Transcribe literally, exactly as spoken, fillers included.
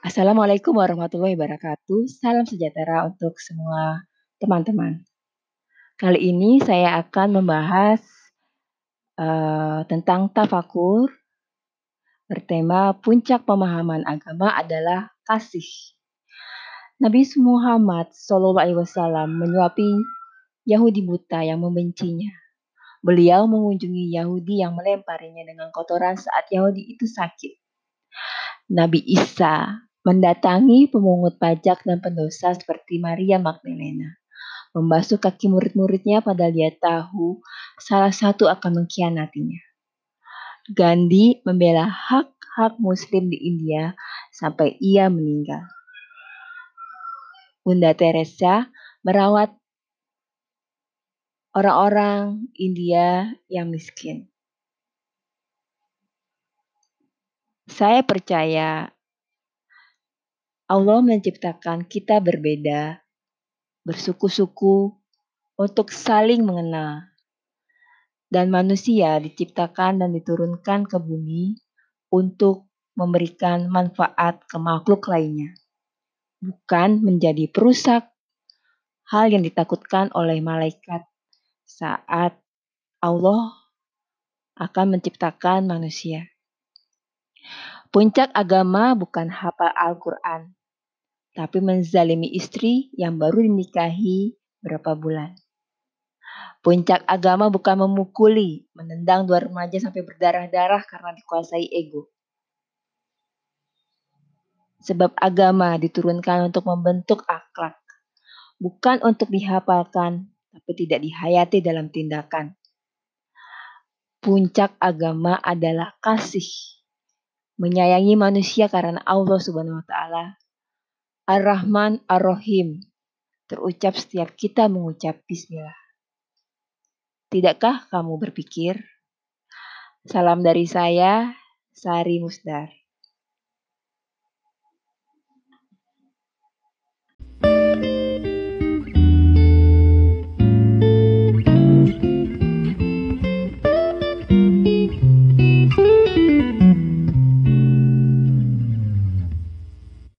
Assalamualaikum warahmatullahi wabarakatuh. Salam sejahtera untuk semua teman-teman. Kali ini saya akan membahas, eee, tentang tafakur bertema puncak pemahaman agama adalah kasih. Nabi Muhammad shallallahu alaihi wasallam menyuapi Yahudi buta yang membencinya. Beliau mengunjungi Yahudi yang melemparinya dengan kotoran saat Yahudi itu sakit. Nabi Isa mendatangi pemungut pajak dan pendosa seperti Maria Magdalena, membasuh kaki murid-muridnya padahal dia tahu salah satu akan mengkhianatinya. Gandhi membela hak-hak muslim di India sampai ia meninggal. Bunda Teresa merawat orang-orang India yang miskin. Saya percaya Allah menciptakan kita berbeda, bersuku-suku, untuk saling mengenal. Dan manusia diciptakan dan diturunkan ke bumi untuk memberikan manfaat ke makhluk lainnya, bukan menjadi perusak, hal yang ditakutkan oleh malaikat saat Allah akan menciptakan manusia. Puncak agama bukan hafal Al-Quran, tapi menzalimi istri yang baru dinikahi berapa bulan. Puncak agama bukan memukuli, menendang dua remaja sampai berdarah-darah karena dikuasai ego. Sebab agama diturunkan untuk membentuk akhlak, bukan untuk dihafalkan, tapi tidak dihayati dalam tindakan. Puncak agama adalah kasih, menyayangi manusia karena Allah Subhanahu wa Ta'ala Ar-Rahman Ar-Rahim, terucap setiap kita mengucap Bismillah. Tidakkah kamu berpikir? Salam dari saya, Sari Musdar.